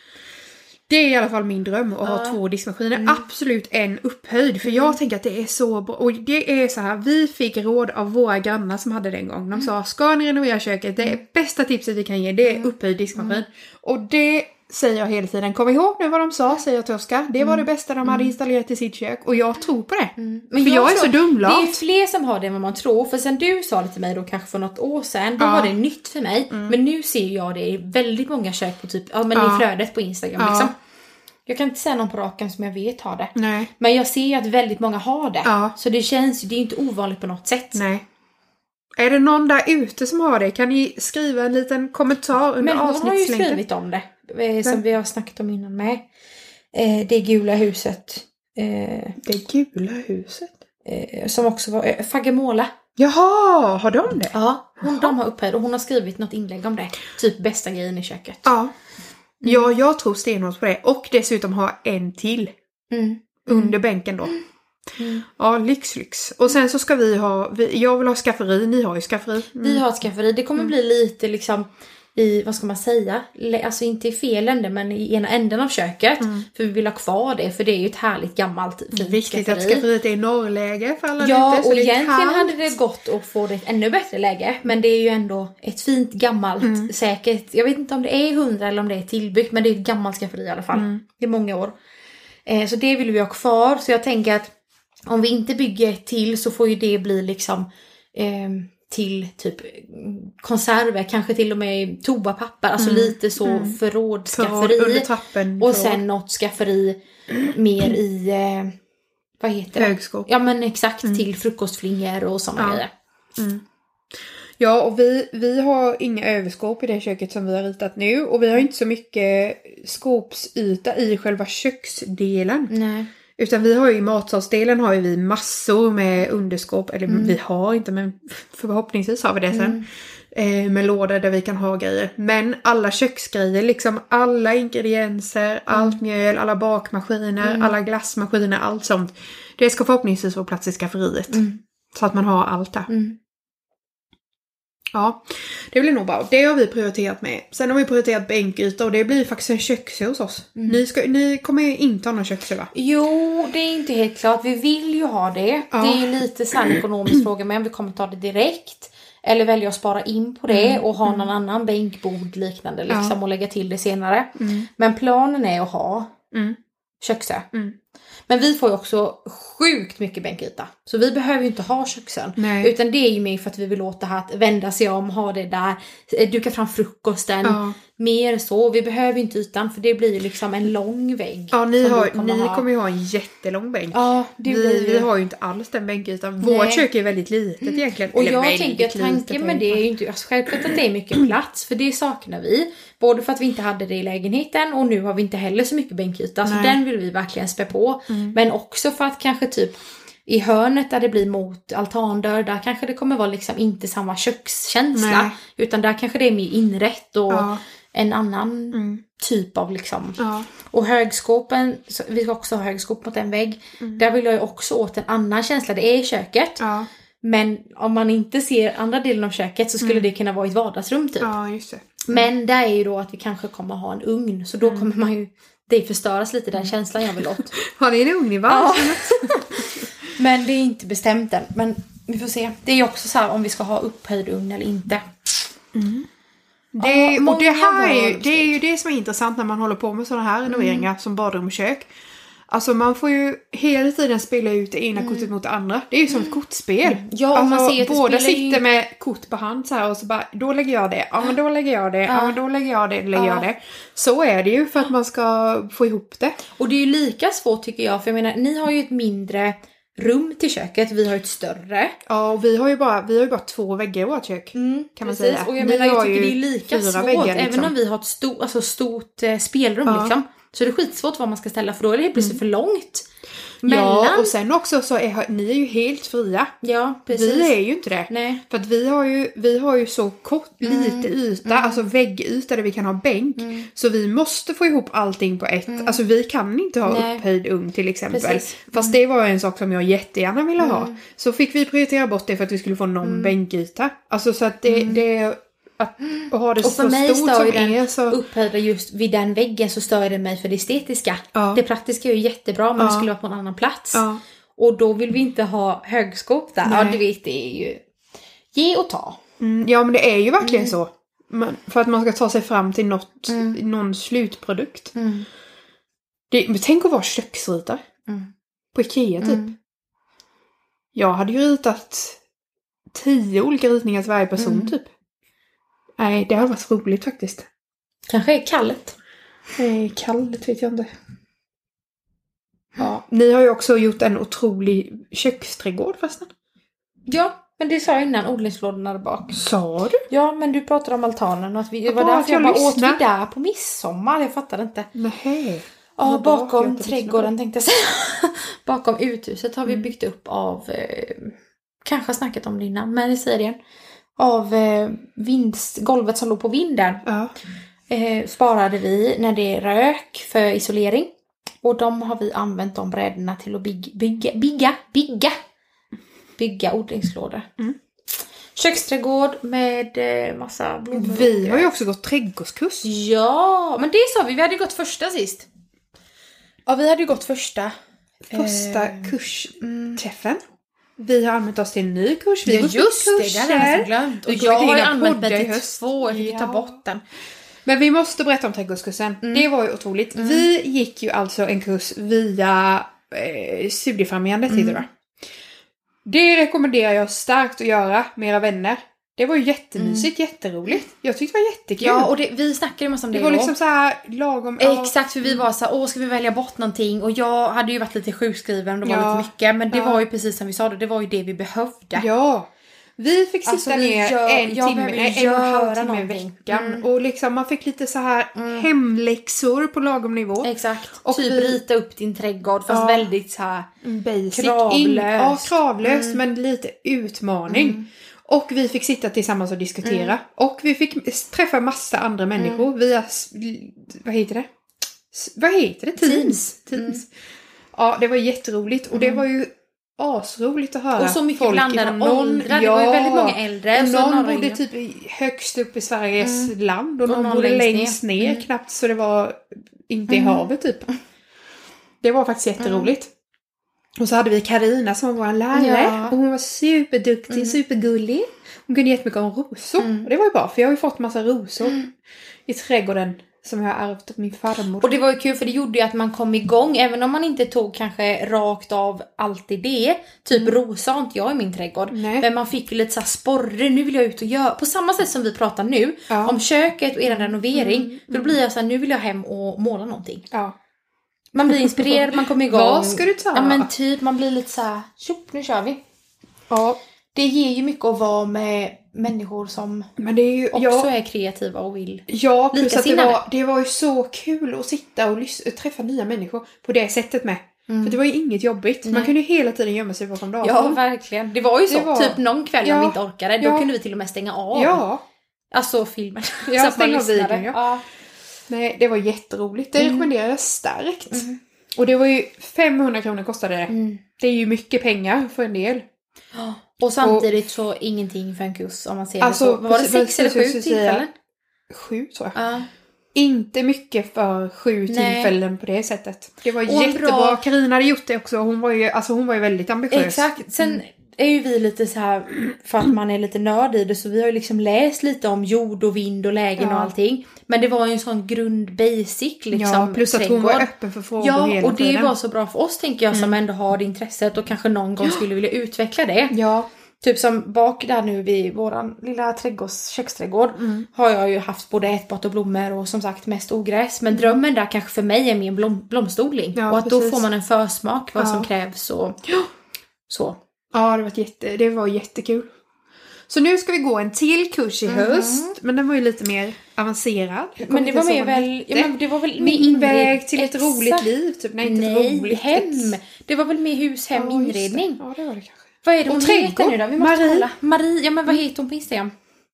Speaker 1: Det är i alla fall min dröm att ha 2 diskmaskiner. Absolut en upphöjd. För jag tänker att det är så bra. Och det är så här. Vi fick råd av våra grannar som hade den gången. De sa, ska ni renovera köket? Det är bästa tipset vi kan ge. Det är upphöjd diskmaskin. Och det säger jag hela tiden. Kom ihåg nu vad de sa, säger jag till Oskar. Det var det bästa de hade installerat i sitt kök. Och jag tror på det.
Speaker 2: Men
Speaker 1: för jag är så dumlat.
Speaker 2: Det är fler som har det än vad man tror. För sen du sa det till mig då kanske för något år sedan. Då var det nytt för mig. Men nu ser jag det i väldigt många kök på typ, i flödet på Instagram liksom. Jag kan inte säga någon på raken som jag vet har det.
Speaker 1: Nej.
Speaker 2: Men jag ser att väldigt många har det.
Speaker 1: Ja.
Speaker 2: Så det känns, det är inte ovanligt på något sätt.
Speaker 1: Nej. Är det någon där ute som har det? Kan ni skriva en liten kommentar under avsnittslänken?
Speaker 2: Men hon har ju skrivit om det. Som vi har snackat om innan med. Det gula huset.
Speaker 1: Det gula huset?
Speaker 2: Som också var Faggemåla.
Speaker 1: Jaha, har de det?
Speaker 2: Ja, de har upphöjt och hon har skrivit något inlägg om det. Typ bästa grejen i köket.
Speaker 1: Ja. Ja, jag tror stenhårt på det. Och dessutom ha en till. Under bänken då. Ja, lyx. Och sen så ska jag vill ha skafferi, ni har ju skafferi.
Speaker 2: Vi har ett skafferi, det kommer bli lite liksom i, vad ska man säga, alltså inte i fel ände men i ena änden av köket. För vi vill ha kvar det, för det är ju ett härligt gammalt fint
Speaker 1: viktigt
Speaker 2: skafferi.
Speaker 1: Att skafferiet är i norrläge för alla
Speaker 2: ja,
Speaker 1: ute, så
Speaker 2: och
Speaker 1: det är
Speaker 2: egentligen
Speaker 1: kallt.
Speaker 2: hade det gått att få det ett ännu bättre läge. Men det är ju ändå ett fint gammalt, säkert, jag vet inte om det är 100 eller om det är tillbyggt, men det är ett gammalt skafferi i alla fall. Det är många år. Så det vill vi ha kvar, så jag tänker att om vi inte bygger ett till så får ju det bli liksom till typ konserver, kanske till och med toapapper, alltså lite så förrådsskafferi.
Speaker 1: Under trappen.
Speaker 2: Och sen något skafferi mer i, vad heter det?
Speaker 1: Högskåp.
Speaker 2: Ja men exakt, till frukostflingor och sådana grejer.
Speaker 1: Ja, och vi har inga överskåp i det köket som vi har ritat nu. Och vi har inte så mycket skåpsyta i själva köksdelen.
Speaker 2: Nej.
Speaker 1: Utan vi har ju i matsalsdelen har ju vi massor med underskåp. Eller vi har inte, men förhoppningsvis har vi det sen. Med lådor där vi kan ha grejer. Men alla köksgrejer, liksom alla ingredienser, allt mjöl, alla bakmaskiner, alla glassmaskiner, allt sånt. Det ska förhoppningsvis få plats i skafferiet. Så att man har allt där. Ja, det blir nog bra. Det har vi prioriterat med. Sen har vi prioriterat bänkyta och det blir faktiskt en köksö hos oss. Ni kommer inte ha någon köksö, va?
Speaker 2: Jo, det är inte helt klart. Vi vill ju ha det. Ja. Det är ju lite sann ekonomisk fråga, men vi kommer ta det direkt. Eller välja att spara in på det och ha någon annan bänkbord liknande liksom, och lägga till det senare. Men planen är att ha köksö. Men vi får ju också sjukt mycket bänkyta. Så vi behöver ju inte ha köksön.
Speaker 1: Nej.
Speaker 2: Utan det är ju mer för att vi vill låta att vända sig om, ha det där, duka fram frukosten. Mer så. Vi behöver ju inte ytan, för det blir ju liksom en lång vägg.
Speaker 1: Ja, ni kommer ju ha en jättelång bänk.
Speaker 2: Ja,
Speaker 1: vi har ju inte alls den bänkytan. Vårt kök är väldigt litet egentligen.
Speaker 2: Och jag tänker att tanken med det är ju inte, alltså självklart att det är mycket plats, för det saknar vi. Både för att vi inte hade det i lägenheten och nu har vi inte heller så mycket bänkyta. Så den vill vi verkligen spä på. Men också för att kanske typ i hörnet där det blir mot altandörr, där kanske det kommer vara liksom inte samma kökskänsla. Nej. Utan där kanske det är mer inrätt och en annan typ av liksom. Ja. Och högskåpen, vi ska också ha högskåp mot en vägg. Där vill jag ju också åt en annan känsla. Det är i köket. Ja. Men om man inte ser andra delen av köket så skulle det kunna vara i ett vardagsrum typ.
Speaker 1: Ja, just det.
Speaker 2: Men det är ju då att vi kanske kommer ha en ugn. Så då kommer man ju, det förstöras lite den känslan jag vill åt.
Speaker 1: Har ni en ugn i vardagsrummet?
Speaker 2: Ja. Men det är inte bestämt än. Men vi får se. Det är ju också så här om vi ska ha upphöjd ugn eller inte.
Speaker 1: Det är ju det som är intressant när man håller på med sådana här renoveringar som badrum och kök. Alltså man får ju hela tiden spela ut det ena kortet mot det andra. Det är ju som ett kortspel.
Speaker 2: Ja,
Speaker 1: alltså,
Speaker 2: man ser att
Speaker 1: båda sitter med kort på hand så här och så bara, då lägger jag det. Ja, men då lägger jag det. Ja, men då lägger jag det. Lägger jag det. Så är det ju för att man ska få ihop det.
Speaker 2: Och det är ju lika svårt tycker jag. För jag menar, ni har ju ett mindre rum till köket. Vi har ett större.
Speaker 1: Ja, och vi har ju bara 2 väggar i vårt kök. Kan man säga.
Speaker 2: Och jag menar, jag tycker det är lika svårt. Väggar, liksom. Även om vi har ett stort spelrum liksom. Så det är skitsvårt vad man ska ställa för då är det plötsligt för långt.
Speaker 1: Ja, och sen också så ni är ju helt fria.
Speaker 2: Ja, precis.
Speaker 1: Vi är ju inte det. Nej. För att vi har ju så lite yta, alltså väggyta där vi kan ha bänk. Så vi måste få ihop allting på ett. Alltså vi kan inte ha upphöjd ugn till exempel. Precis. Fast det var en sak som jag jättegärna ville ha. Så fick vi prioritera bort det för att vi skulle få någon bänkyta. Alltså så att det att ha det
Speaker 2: och
Speaker 1: så
Speaker 2: för mig
Speaker 1: stort
Speaker 2: stör
Speaker 1: som
Speaker 2: den
Speaker 1: är så
Speaker 2: upphöjda just vid den väggen så stör det mig för det estetiska. Det praktiska är ju jättebra men det skulle vara på en annan plats. Och då vill vi inte ha högskåp där. Ja, du vet, det är ju ge och ta.
Speaker 1: Ja, men det är ju verkligen så. För att man ska ta sig fram till någon slutprodukt. Men tänk att vara köksritare. På Ikea typ. Jag hade ju ritat 10 olika ritningar till varje person typ. Nej, det har varit roligt faktiskt.
Speaker 2: Kanske är kallet.
Speaker 1: Nej, kallet vet jag inte. Ja, ni har ju också gjort en otrolig köksträdgård förresten.
Speaker 2: Ja, men det sa jag innan, odlingslådorna där bak.
Speaker 1: Sa du?
Speaker 2: Ja, men du pratade om altanen och att vi var därför jag bara åt vi där på midsommar. Jag fattade inte.
Speaker 1: Nej.
Speaker 2: Ja, bakom trädgården tänkte jag säga. Bakom uthuset har vi byggt upp av, kanske snackat om det innan, men jag säger det igen. Av golvet som låg på vinden. Sparade vi när det rök för isolering. Och de har vi använt de brädorna till att bygga odlingslådor. Köksträdgård med massa blommor.
Speaker 1: Vi har ju också gått trädgårdskurs.
Speaker 2: Ja, men det sa vi hade gått första sist. Ja, vi hade ju gått första
Speaker 1: kursträffen. Vi har använt oss till en ny kurs.
Speaker 2: Vi har just det, där har jag glömt. Och jag har ju använt mig till 2, jag fick ta bort den.
Speaker 1: Men vi måste berätta om trädgårdskursen. Det var ju otroligt. Vi gick ju alltså en kurs via Studiefrämjandet heter det. Det rekommenderar jag starkt att göra med era vänner. Det var ju jättemysigt, jätteroligt. Jag tyckte det var jättekul.
Speaker 2: Ja, och vi snackade ju massa om det.
Speaker 1: Det var liksom så här lagom.
Speaker 2: Exakt, för vi var så här, ska vi välja bort någonting? Och jag hade ju varit lite sjukskriven och det var lite mycket. Men det var ju precis som vi sa det var ju det vi behövde.
Speaker 1: Ja. Vi fick sitta ner en och en halv timme i veckan. Och liksom man fick lite så här hemläxor på lagom nivå.
Speaker 2: Exakt. Och typ rita upp din trädgård fast väldigt så här
Speaker 1: basic.
Speaker 2: Kravlöst.
Speaker 1: Kravlöst men lite utmaning. Och vi fick sitta tillsammans och diskutera. Och vi fick träffa massa andra människor via, vad heter det? Teams. Ja, det var jätteroligt. Och det var ju asroligt att höra.
Speaker 2: Och så mycket blandade åldrar. Det var ju väldigt många äldre.
Speaker 1: Och någon bodde typ högst upp i Sveriges land. Och någon bodde längst ner. Knappt så det var inte i havet typ. Det var faktiskt jätteroligt. Och så hade vi Karina som var en lärare. Och hon var superduktig, supergullig. Hon kunde jättemycket om rosor. Och det var ju bra, för jag har ju fått massa rosor i trädgården som jag har ärvt av min farmor.
Speaker 2: Och det var ju kul för det gjorde ju att man kom igång. Även om man inte tog kanske rakt av alltid det. Typ rosa har inte jag i min trädgård. Nej. Men man fick ju lite så här sporre. Nu vill jag ut och göra. På samma sätt som vi pratar nu. Om köket och er renovering. Då blir jag så här, nu vill jag hem och måla någonting. Ja. Man blir inspirerad, man kommer igång.
Speaker 1: Vad ska du ta?
Speaker 2: Ja men typ, man blir lite så här, nu kör vi. Ja. Det ger ju mycket att vara med människor som också är kreativa och vill.
Speaker 1: Ja, plus att det var ju så kul att sitta och träffa nya människor på det sättet med. För det var ju inget jobbigt. Man kunde ju hela tiden gömma sig bakom datorn.
Speaker 2: Ja, verkligen. Det var ju så. Typ någon kväll om vi inte orkade. Då kunde vi till och med stänga av.
Speaker 1: Ja.
Speaker 2: Alltså filmen.
Speaker 1: Ja,
Speaker 2: så att man
Speaker 1: stänga av
Speaker 2: lyssnade.
Speaker 1: videon, ja. Nej, det var jätteroligt. Det rekommenderar jag starkt. Och det var ju 500 kronor kostade det. Det är ju mycket pengar för en del.
Speaker 2: Och samtidigt så ingenting för en kurs om man ser det så. Var det 6 eller 7 tillfällen?
Speaker 1: 7 tror jag. Inte mycket för 7 tillfällen på det sättet. Det var jättebra. Carina hade gjort det också. Hon var ju väldigt ambitiös.
Speaker 2: Exakt. Sen är ju vi lite så här, för att man är lite nörd i det, så vi har ju liksom läst lite om jord och vind och lägen och allting. Men det var ju en sån grund basic liksom.
Speaker 1: Ja, plus att hon var öppen för frågor hela tiden.
Speaker 2: Ja, och det var så bra för oss tänker jag som ändå har det intresset och kanske någon gång skulle vilja utveckla det.
Speaker 1: Ja.
Speaker 2: Typ som bak där nu vid våran lilla köksträdgård har jag ju haft både ätbart och blommor och som sagt mest ogräs. Men drömmen där kanske för mig är mer blomstodling.
Speaker 1: Ja,
Speaker 2: och att
Speaker 1: precis.
Speaker 2: då får man en försmak vad som krävs och så.
Speaker 1: Ja, det var jättekul. Så nu ska vi gå en till kurs i höst. Men den var ju lite mer avancerad.
Speaker 2: Men det var mer väl... Ja, men det var väl
Speaker 1: min väg till ett roligt liv. Typ. Nej,
Speaker 2: hem. Det var väl mer hushem inredning.
Speaker 1: Ja, det var det kanske.
Speaker 2: Vad är det hon heter nu då? Vi måste
Speaker 1: Marie.
Speaker 2: kolla. Marie, ja men vad heter hon på Instagram?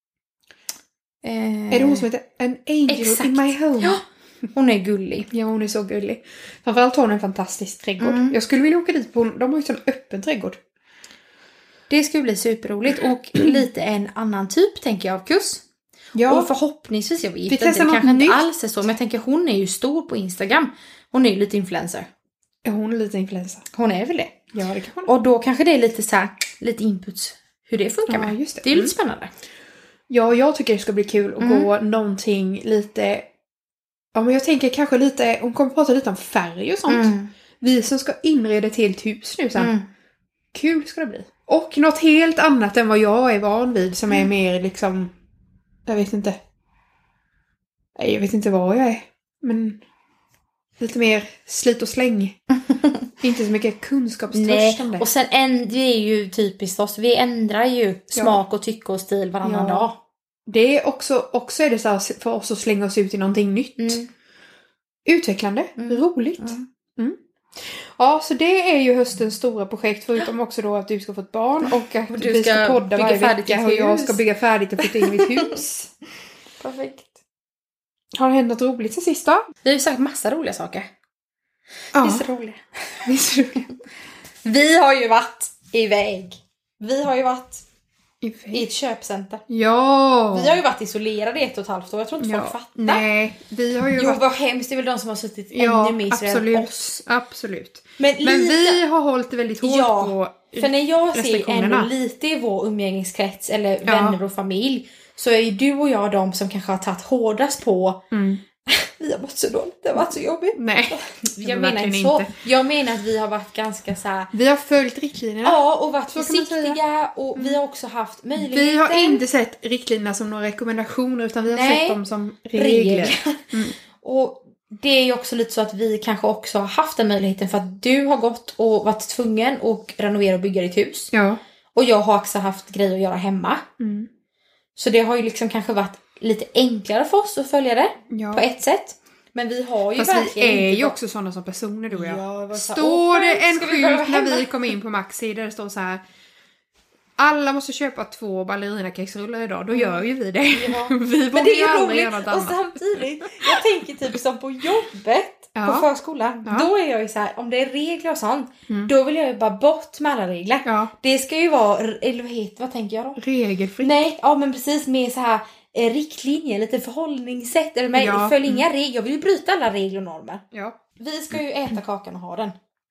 Speaker 1: Är det hon som heter An Angel in My Home?
Speaker 2: Ja, hon är gullig.
Speaker 1: Ja, hon är så gullig. Framförallt har hon en fantastisk trädgård. Jag skulle vilja åka dit på... De har ju sån öppen trädgård.
Speaker 2: Det skulle bli superroligt och lite en annan typ tänker jag av kurs. Ja. Och förhoppningsvis, jag vet inte, det kanske inte alls är så, men jag tänker hon är ju stor på Instagram. Hon är ju lite influencer.
Speaker 1: Ja, hon är lite influencer.
Speaker 2: Hon är väl det?
Speaker 1: Ja, det kan hon.
Speaker 2: Och då kanske det är lite så här, lite input hur det funkar med.
Speaker 1: Just det.
Speaker 2: Det är lite spännande.
Speaker 1: Ja, jag tycker det ska bli kul att gå någonting lite... Ja, men jag tänker kanske lite... Hon kommer prata lite om färg och sånt. Vi som ska inreda ett helt hus nu sen. Kul ska det bli. Och något helt annat än vad jag är van vid. Som är mer liksom... Jag vet inte. Nej, jag vet inte vad jag är. Men... Lite mer slit och släng. Inte så mycket kunskapstörstande.
Speaker 2: Nej, och sen det är ju typiskt oss. Vi ändrar ju smak och tycke och stil varannan dag.
Speaker 1: Det är också är det så här för oss att slänga oss ut i någonting nytt. Utvecklande. Roligt. Ja, så det är ju höstens stora projekt. Förutom också då att du ska få ett barn. Och att vi ska podda varje vecka. Och jag ska bygga färdigt och flytta in i mitt hus.
Speaker 2: Perfekt.
Speaker 1: Har det hänt något roligt sen sist då?
Speaker 2: Vi har ju sagt massa roliga saker.
Speaker 1: Ja.
Speaker 2: Visst är roliga. Vi har ju varit iväg. Vi har ju varit i ett köpcenter.
Speaker 1: Ja.
Speaker 2: Vi har ju varit isolerade i 1,5 år. Jag tror inte folk fattar.
Speaker 1: Nej, vi har ju
Speaker 2: varit... vad hemskt. Det är väl de som har suttit ännu mer isolerade än oss.
Speaker 1: Absolut.
Speaker 2: Men
Speaker 1: vi har hållit det väldigt hårt på
Speaker 2: för när jag ser ändå lite i vår umgängeskrets eller vänner och familj, så är ju du och jag de som kanske har tagit hårdast på vi har mått så dåligt, det har varit så jobbigt.
Speaker 1: Nej,
Speaker 2: jag menar inte så. Jag menar att vi har varit ganska så här...
Speaker 1: Vi har följt riktlinjerna.
Speaker 2: Ja, och varit försiktiga. Och vi har också haft möjligheten.
Speaker 1: Vi har inte sett riktlinjerna som några rekommendationer, utan vi har sett dem som regler.
Speaker 2: Och det är ju också lite så att vi kanske också har haft den möjligheten för att du har gått och varit tvungen att renovera och bygga ditt hus. Ja. Och jag har också haft grejer att göra hemma. Så det har ju liksom kanske varit lite enklare för oss att följa det på ett sätt. Men vi har ju verkligen
Speaker 1: vi är ju också sådana som personer, du och jag. Står det en skylt när vi kommer in på Maxi där det står så här: alla måste köpa 2 ballerinakexrullar idag. Då gör ju vi det. Ja. Vi
Speaker 2: men det är ju
Speaker 1: aldrig
Speaker 2: roligt. Och samtidigt, jag tänker typ som på jobbet. På förskolan. Då är jag ju så här, om det är regler och sånt, då vill jag ju bara bort med alla regler. Det ska ju vara, eller vad tänker jag då?
Speaker 1: Regelfritt.
Speaker 2: Nej, ja men precis, med så här riktlinjer, lite förhållningssätt. Eller med, följ inga regler, jag vill ju bryta alla regler och normer. Vi ska ju äta kakan och ha den.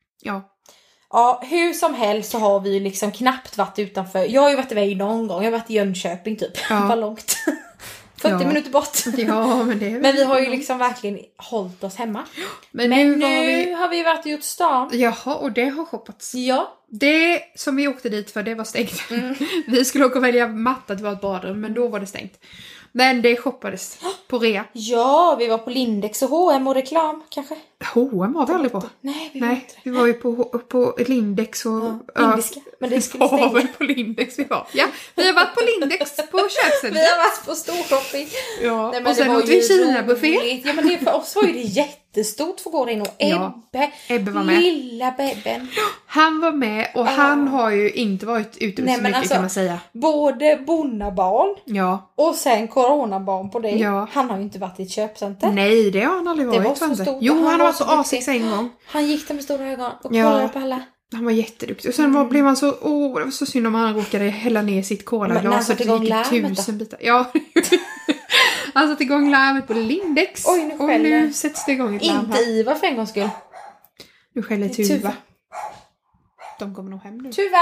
Speaker 2: Ja, hur som helst så har vi ju liksom knappt varit utanför. Jag har ju varit iväg någon gång, jag har varit i Jönköping typ. Vad långt. 40 minuter bort.
Speaker 1: Ja, men
Speaker 2: vi har ju liksom verkligen hållit oss hemma. Men nu har vi varit i gjort stan.
Speaker 1: Jaha, och det har shoppats.
Speaker 2: Ja.
Speaker 1: Det som vi åkte dit för, det var stängt. Vi skulle åka och välja matta till vårt badrum, men då var det stängt. Men det shoppades på rea.
Speaker 2: Ja, vi var på Lindex och H&M och reklam kanske.
Speaker 1: H&M var vi aldrig på.
Speaker 2: Nej,
Speaker 1: vi var ju på Lindex och...
Speaker 2: indiska. Men det skulle stänga.
Speaker 1: Var väl på Lindex vi var. Ja, vi har varit på Lindex på köpcenter.
Speaker 2: Vi har varit på storshopping.
Speaker 1: Ja, nej, och sen åt vi Kina-buffé.
Speaker 2: Ja, men det, för oss var ju det jättestort för att gå in och
Speaker 1: Ebbe var med.
Speaker 2: Lilla Bebben.
Speaker 1: Han var med och han har ju inte varit ute så mycket
Speaker 2: alltså,
Speaker 1: kan man säga.
Speaker 2: Både bonnabarn och sen coronabarn på det. Ja. Han har ju inte varit i ett köpcenter.
Speaker 1: Nej, det har han aldrig varit.
Speaker 2: Det var så stort.
Speaker 1: Jo, han har varit på A6 en gång.
Speaker 2: Han gick där med stora ögon och kollade på alla.
Speaker 1: Han var jätteduktig. Och sen blev han så... det var så synd om han råkade hälla ner sitt kolaglas.
Speaker 2: Men
Speaker 1: så det gick 1000 bitar. Ja. Han satte igång larmet på Lindex.
Speaker 2: Oj,
Speaker 1: och nu sätts det igång ett larm här.
Speaker 2: Inte Ivar för en gångs skull.
Speaker 1: Nu skäller Tuva. De kommer nog hem nu.
Speaker 2: Tuva!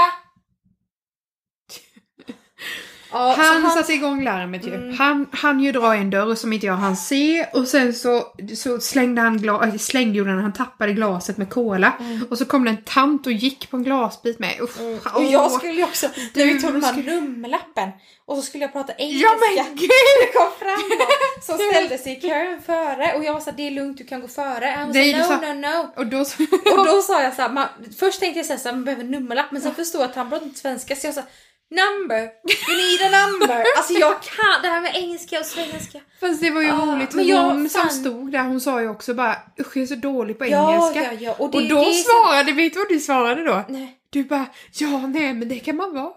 Speaker 1: Han satte igång larmet ju. Han ju dra en dörr som inte jag hann se. Och sen så slängde han tappade glaset med cola. Och så kom det en tant och gick på en glasbit med.
Speaker 2: Och jag skulle ju också, när vi tog den här nummerlappen. Och så skulle jag prata engelska.
Speaker 1: Ja men gud!
Speaker 2: Det kom fram någon som ställde sig i kön före. Och jag var så här, det är lugnt, du kan gå före. Han var så no. Och då sa jag så här, först tänkte jag så här, man behöver nummerlapp. Men sen förstod jag att han pratade inte svenska. Så jag sa, number, you need a number. Alltså jag kan det här med engelska och svenska.
Speaker 1: Fast det var ju roligt. Men hon som stod där, hon sa ju också bara, usch jag är så dålig på engelska.
Speaker 2: Ja. Och
Speaker 1: då svarade, vet du vad du svarade då?
Speaker 2: Nej.
Speaker 1: Du bara, nej men det kan man vara.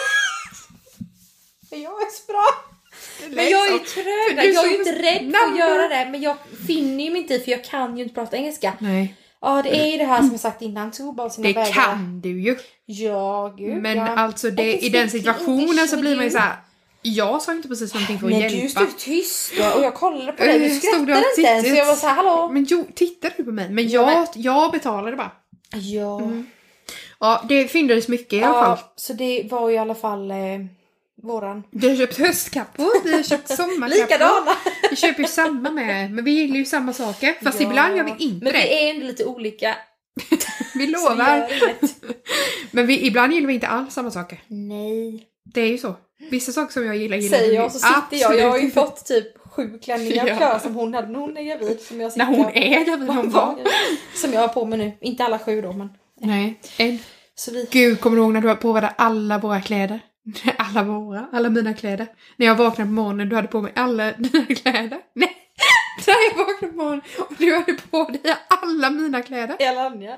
Speaker 2: Jag är så bra. Men jag är ju trög. Jag är ju inte rädd för att göra det. Men jag finner ju mig inte, för jag kan ju inte prata engelska.
Speaker 1: Nej.
Speaker 2: Ja, det är ju det här som jag sagt innan. Det
Speaker 1: vägar. Kan du ju.
Speaker 2: Ja, gud.
Speaker 1: Men alltså i den situationen så blir man ju så här. Jag sa inte precis någonting för att hjälpa.
Speaker 2: Men du stod tyst och jag kollade på dig. Du skrattade inte ens. Så jag var så här, hallå.
Speaker 1: Men tittade du på mig? Men jag betalade bara.
Speaker 2: Ja.
Speaker 1: Ja, det fyndades mycket i alla fall.
Speaker 2: Så det var ju i alla fall... våran.
Speaker 1: Vi har köpt höstkappor, vi har köpt sommarkappor.
Speaker 2: Likadana.
Speaker 1: Vi köper ju samma med, men vi gillar ju samma saker. Fast ibland gör vi inte
Speaker 2: det. Men det är ändå lite olika.
Speaker 1: Vi lovar. Men ibland gillar vi inte alls samma saker.
Speaker 2: Nej.
Speaker 1: Det är ju så. Vissa saker som jag gillar
Speaker 2: säger jag, så sitter jag har ju fått typ 7 klänningar klar som hon hade när hon är gravid. Som jag
Speaker 1: när hon är gravid, hon var.
Speaker 2: Som jag har på mig nu. Inte alla 7 då, men...
Speaker 1: Nej, Gud, kommer du ihåg när du provade alla våra kläder? Alla mina kläder. När jag vaknade på morgonen, du hade på mig alla dina kläder. Nej, när jag vaknade på morgonen och du hade på dig alla mina kläder.
Speaker 2: Alanya.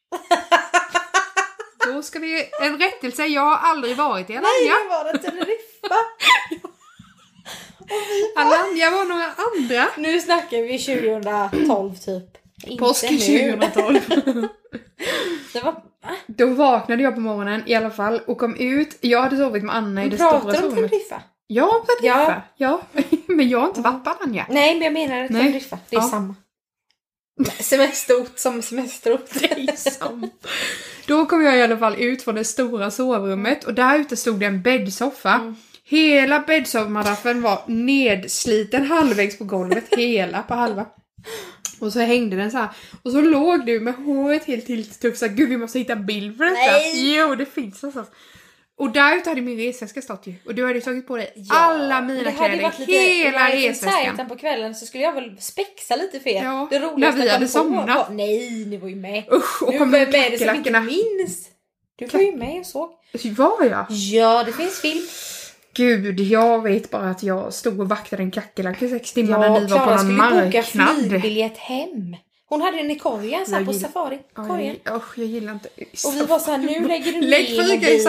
Speaker 1: Då ska vi en rättelse. Jag har aldrig varit i Alanya.
Speaker 2: Nej, jag var det Teneriffa.
Speaker 1: Alanya var några andra.
Speaker 2: Nu snackar vi 2012 typ.
Speaker 1: Påsk 2012.
Speaker 2: Det var...
Speaker 1: Då vaknade jag på morgonen i alla fall och kom ut. Jag hade sovit med Anna i det stora rummet.
Speaker 2: Pratar du om Teneriffa?
Speaker 1: Ja, Teneriffa. Ja. Men jag har inte varit på Alanya.
Speaker 2: Nej, men jag menar Teneriffa. Det är samma. Semesterort som semesterort.
Speaker 1: Det är sant. Då kom jag i alla fall ut från det stora sovrummet och där ute stod det en bäddsoffa. Hela bäddsoffa-madaffen var nedsliten halvvägs på golvet. Hela på halva. Och så hängde den så här. Och så låg du med håret helt tilltufsat. Gud, vi måste hitta en bild för detta.
Speaker 2: Nej.
Speaker 1: Jo, det finns någonstans. Och där ute hade min resväska stått ju. Och du hade tagit på dig alla mina kläder. Hela resväskan.
Speaker 2: Utan på kvällen så skulle jag väl spexa lite för er.
Speaker 1: Ja,
Speaker 2: det roligaste
Speaker 1: när vi hade somnat.
Speaker 2: Nej, ni var ju med.
Speaker 1: Usch, och
Speaker 2: nu
Speaker 1: kom
Speaker 2: var
Speaker 1: med
Speaker 2: det som inte minns. Du var ju med och såg.
Speaker 1: Var jag?
Speaker 2: Ja, det finns film.
Speaker 1: Gud, jag vet bara att jag stod och vaktade en kackerlack i 6 timmar när ni var på någon marknad.
Speaker 2: Ja, Klara skulle boka flygbiljett hem. Hon hade den i korgen så här på safari. Korgen.
Speaker 1: Jag gillar inte.
Speaker 2: Och vi var så här, nu lägger du
Speaker 1: ner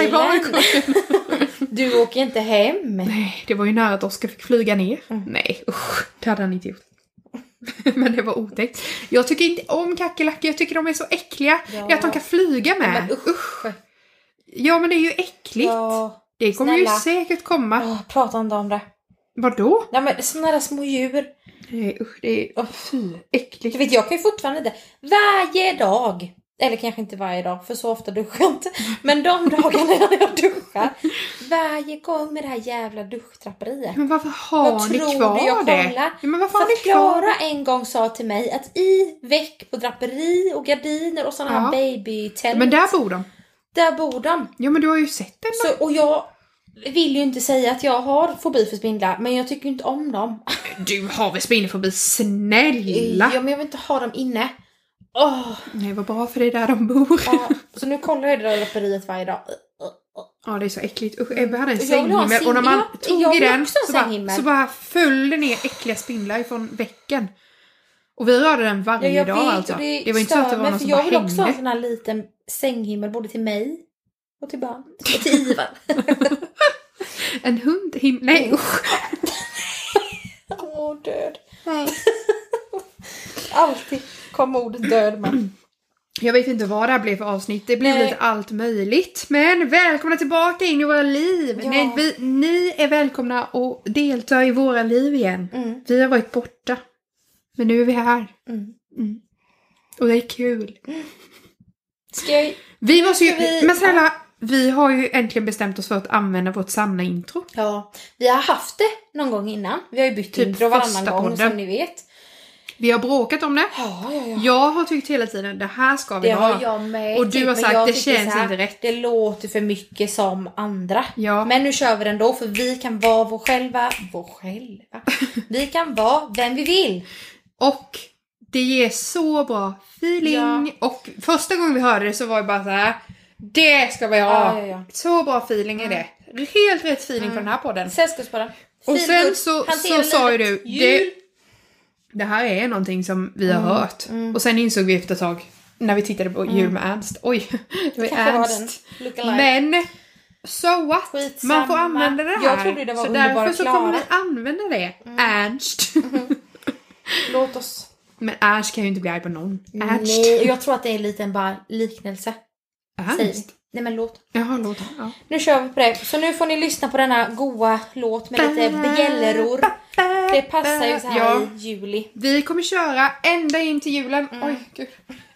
Speaker 1: mobilen.
Speaker 2: Du åker inte hem.
Speaker 1: Nej, det var ju nära att Oskar fick flyga ner. Nej, det hade han inte gjort. Men det var otäckt. Jag tycker inte om kackerlackor. Jag tycker de är så äckliga. Ja. Det är att de kan flyga med.
Speaker 2: Men usch.
Speaker 1: Ja, men det är ju äckligt. Ja. Det kommer ju säkert komma.
Speaker 2: Prata inte om det.
Speaker 1: Vadå?
Speaker 2: Ja, men såna där små djur.
Speaker 1: Nej, usch, det är äckligt.
Speaker 2: Du vet, jag kan ju fortfarande inte. Varje dag. Eller kanske inte varje dag, för så ofta duschar jag inte. Men de dagarna när jag duschar. Varje gång med det här jävla duschtrapperiet.
Speaker 1: Men varför har ni kvar det?
Speaker 2: Ja, men varför har ni kvar det? Klara en gång sa till mig att i väck på draperi och gardiner och sådana här babytält.
Speaker 1: Men där bor de.
Speaker 2: Där bor de.
Speaker 1: Ja, men du har ju sett den.
Speaker 2: Så, och jag vill ju inte säga att jag har fobi för spindlar, men jag tycker inte om dem.
Speaker 1: Du har väl spindelfobi, snälla.
Speaker 2: Ja, men jag vill inte ha dem inne.
Speaker 1: Nej, vad bra för det där de bor.
Speaker 2: Så nu kollar jag det där draperiet varje dag.
Speaker 1: Ja, det är så äckligt. Usch, Ebbe hade en sänghimmel och när man tog i den så bara föll det ner äckliga spindlar från väcken. Och vi rörde den varje dag alltså. Det var inte så att det var någon som bara hängde.
Speaker 2: Jag vill också ha en sån här liten sänghimmel både till mig och till barn. Och till Ivan.
Speaker 1: En hundhimmel. Nej, usch.
Speaker 2: Död. Nej. Alltid kommer ordet död med.
Speaker 1: Jag vet inte vad det här blev för avsnitt. Det blev lite allt möjligt. Men välkomna tillbaka in i våra liv.
Speaker 2: Ja.
Speaker 1: Ni är välkomna att delta i våra liv igen. Vi har varit borta. Men nu är vi här. Och det är kul. Men snälla, vi har ju äntligen bestämt oss för att använda vårt sanna intro.
Speaker 2: Ja, vi har haft det någon gång innan. Vi har ju bytt intro varannan gång
Speaker 1: podden.
Speaker 2: som ni vet.
Speaker 1: Vi har bråkat om det.
Speaker 2: Ja.
Speaker 1: Jag har tyckt hela tiden, det här ska vi
Speaker 2: det
Speaker 1: ha.
Speaker 2: har jag med.
Speaker 1: Och du har sagt, det känns inte rätt.
Speaker 2: Det låter för mycket som andra.
Speaker 1: Ja.
Speaker 2: Men nu kör vi den då, för vi kan vara vår själva. Vi kan vara vem vi vill.
Speaker 1: Och det ger så bra feeling. Ja. Och första gången vi hörde det så var det bara så här. Det ska vi ha. Ja. Så bra feeling är det. Helt rätt feeling för den här podden.
Speaker 2: Sällskapspodden.
Speaker 1: Och sen så sa ju du. Det här är någonting som vi har hört. Och sen insåg vi efter ett tag. När vi tittade på Jul med Ernst. Oj, det var Ernst. Men so what?
Speaker 2: Skitsamma.
Speaker 1: Man får använda det här.
Speaker 2: Jag trodde det var
Speaker 1: så
Speaker 2: underbara
Speaker 1: därför så kommer vi använda det. Ernst.
Speaker 2: Låt oss.
Speaker 1: Men Ernst kan ju inte bli arg på någon. Ernst.
Speaker 2: Nej, jag tror att det är en liten bara liknelse.
Speaker 1: Ernst?
Speaker 2: Nej, men låt.
Speaker 1: Jaha, låt. Ja.
Speaker 2: Nu kör vi på det. Så nu får ni lyssna på denna goa låt med lite bjällror. Det passar ju så här i juli.
Speaker 1: Vi kommer köra ända in till julen. Oj, gud.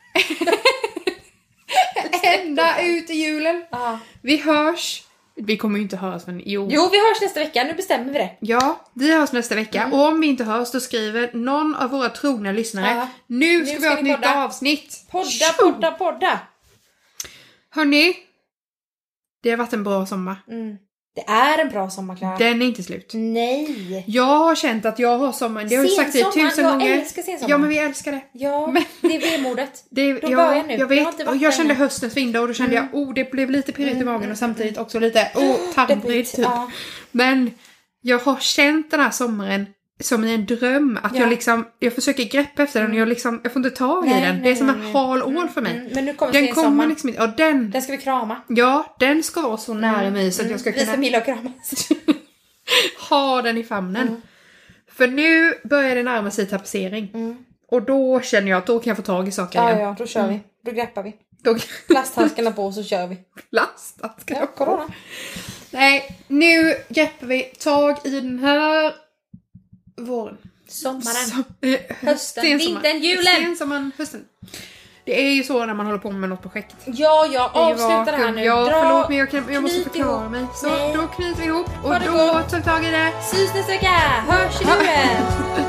Speaker 1: Ända ut i julen. Vi hörs. Vi kommer ju inte höras, men
Speaker 2: jo, vi hörs nästa vecka. Nu bestämmer vi det.
Speaker 1: Ja, vi hörs nästa vecka. Och om vi inte hörs, då skriver någon av våra trogna lyssnare. Nu ska vi ha ett nytt avsnitt.
Speaker 2: Podda.
Speaker 1: Hörrni, det har varit en bra sommar.
Speaker 2: Det är en bra sommar, Clara.
Speaker 1: Den är inte slut.
Speaker 2: Nej.
Speaker 1: Jag har känt att jag har sommaren. Det har jag sagt det 1000 gånger.
Speaker 2: Jag älskar sensommar.
Speaker 1: Ja, men vi älskar det.
Speaker 2: Ja, men det är vemodet.
Speaker 1: Då börjar nu. Jag vet. Och jag kände höstens vindar och då kände jag, det blev lite pirrigt i magen och samtidigt också lite, tarmbryd typ. Ja. Men jag har känt den här sommaren som i en dröm. Att jag försöker greppa efter den och jag får inte tag i den. Det är som en hal ål för mig.
Speaker 2: Men nu kommer
Speaker 1: den kommer liksom inte. Den
Speaker 2: ska vi krama.
Speaker 1: Ja, den ska vara så nära mig så att jag ska kunna...
Speaker 2: Vi som gillar att kramas.
Speaker 1: ha den i famnen. För nu börjar det närma sig tapetsering. Och då känner jag att då kan jag få tag i saker igen.
Speaker 2: Ja, då kör vi. Då greppar vi. Plasthandskarna på så kör vi.
Speaker 1: Plasthandskarna
Speaker 2: på? Corona.
Speaker 1: Nej, nu greppar vi tag i den här våren.
Speaker 2: Sommaren. Hösten, vintern, julen.
Speaker 1: Sensommaren, hösten. Det är ju så när man håller på med något projekt.
Speaker 2: Ja, avsluta det här nu.
Speaker 1: Förlåt mig, jag måste förklara mig. Så då knyter vi ihop och då tar vi tag i det.
Speaker 2: Syns nästa vecka. Hörs i julen.